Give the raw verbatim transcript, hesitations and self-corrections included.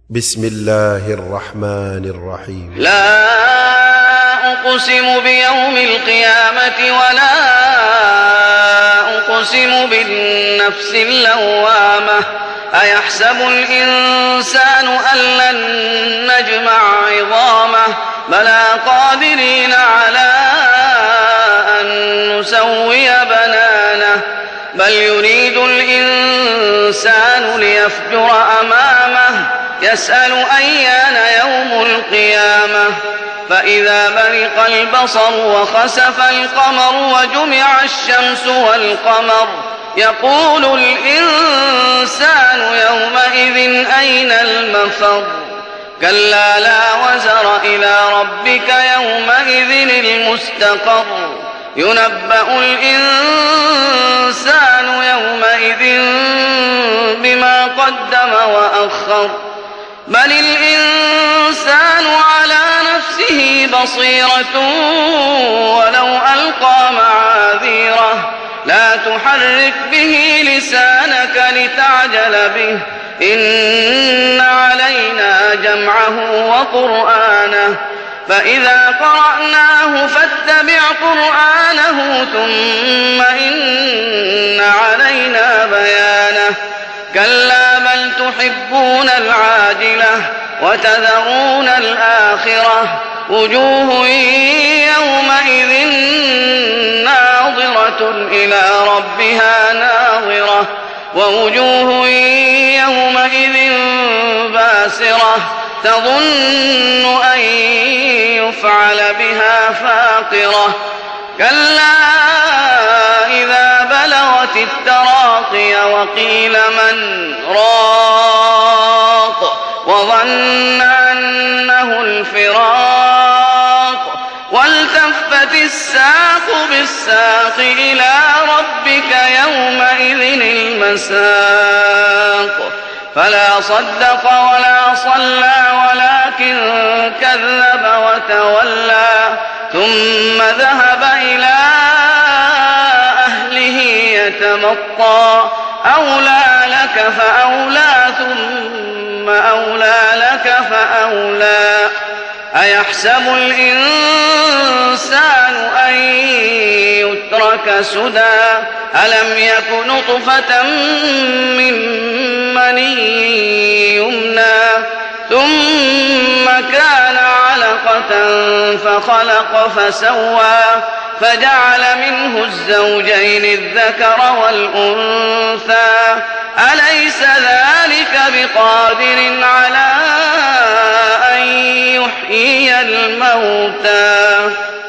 بسم الله الرحمن الرحيم. لا أقسم بيوم القيامة ولا أقسم بالنفس اللوامة أيحسب الإنسان أن لن نجمع عظامه بلى قادرين على أن نسوي بنانه بل يريد الإنسان ليفجر أمامه يسأل أيان يوم القيامة فإذا برق البصر وخسف القمر وجمع الشمس والقمر يقول الإنسان يومئذ أين المفر كلا لا وزر إلى ربك يومئذ المستقر ينبأ الإنسان يومئذ بما قدم وأخر بل الإنسان على نفسه بصيرة ولو ألقى معاذيره لا تحرك به لسانك لتعجل به إن علينا جمعه وقرآنه فإذا قرأناه فاتبع قرآنه ثم إن علينا بيانه كلا بل تحبون العاجلة وتذرون الآخرة وجوه يومئذ ناظرة إلى ربها ناظرة ووجوه يومئذ باسرة تظن أن يفعل بها فاقرة كلا إذا بلغت التراقي وقيل من راق وظن أنه الفراق والتفت الساق بالساق إلى ربك يومئذ المساق فلا صدق ولا صلى ولكن كذب وتولى ثم ذهب إلى أهله يتمطى أولى لك فأولى ثم أولى لك فأولى أيحسب الإنسان أن يترك سدى ألم يك نطفة من مني يمنى ثم كان علقة فخلق فسوى فجعل منه الزوجين الذكر والأنثى أليس ذلك بقادر على أن يحيي الموتى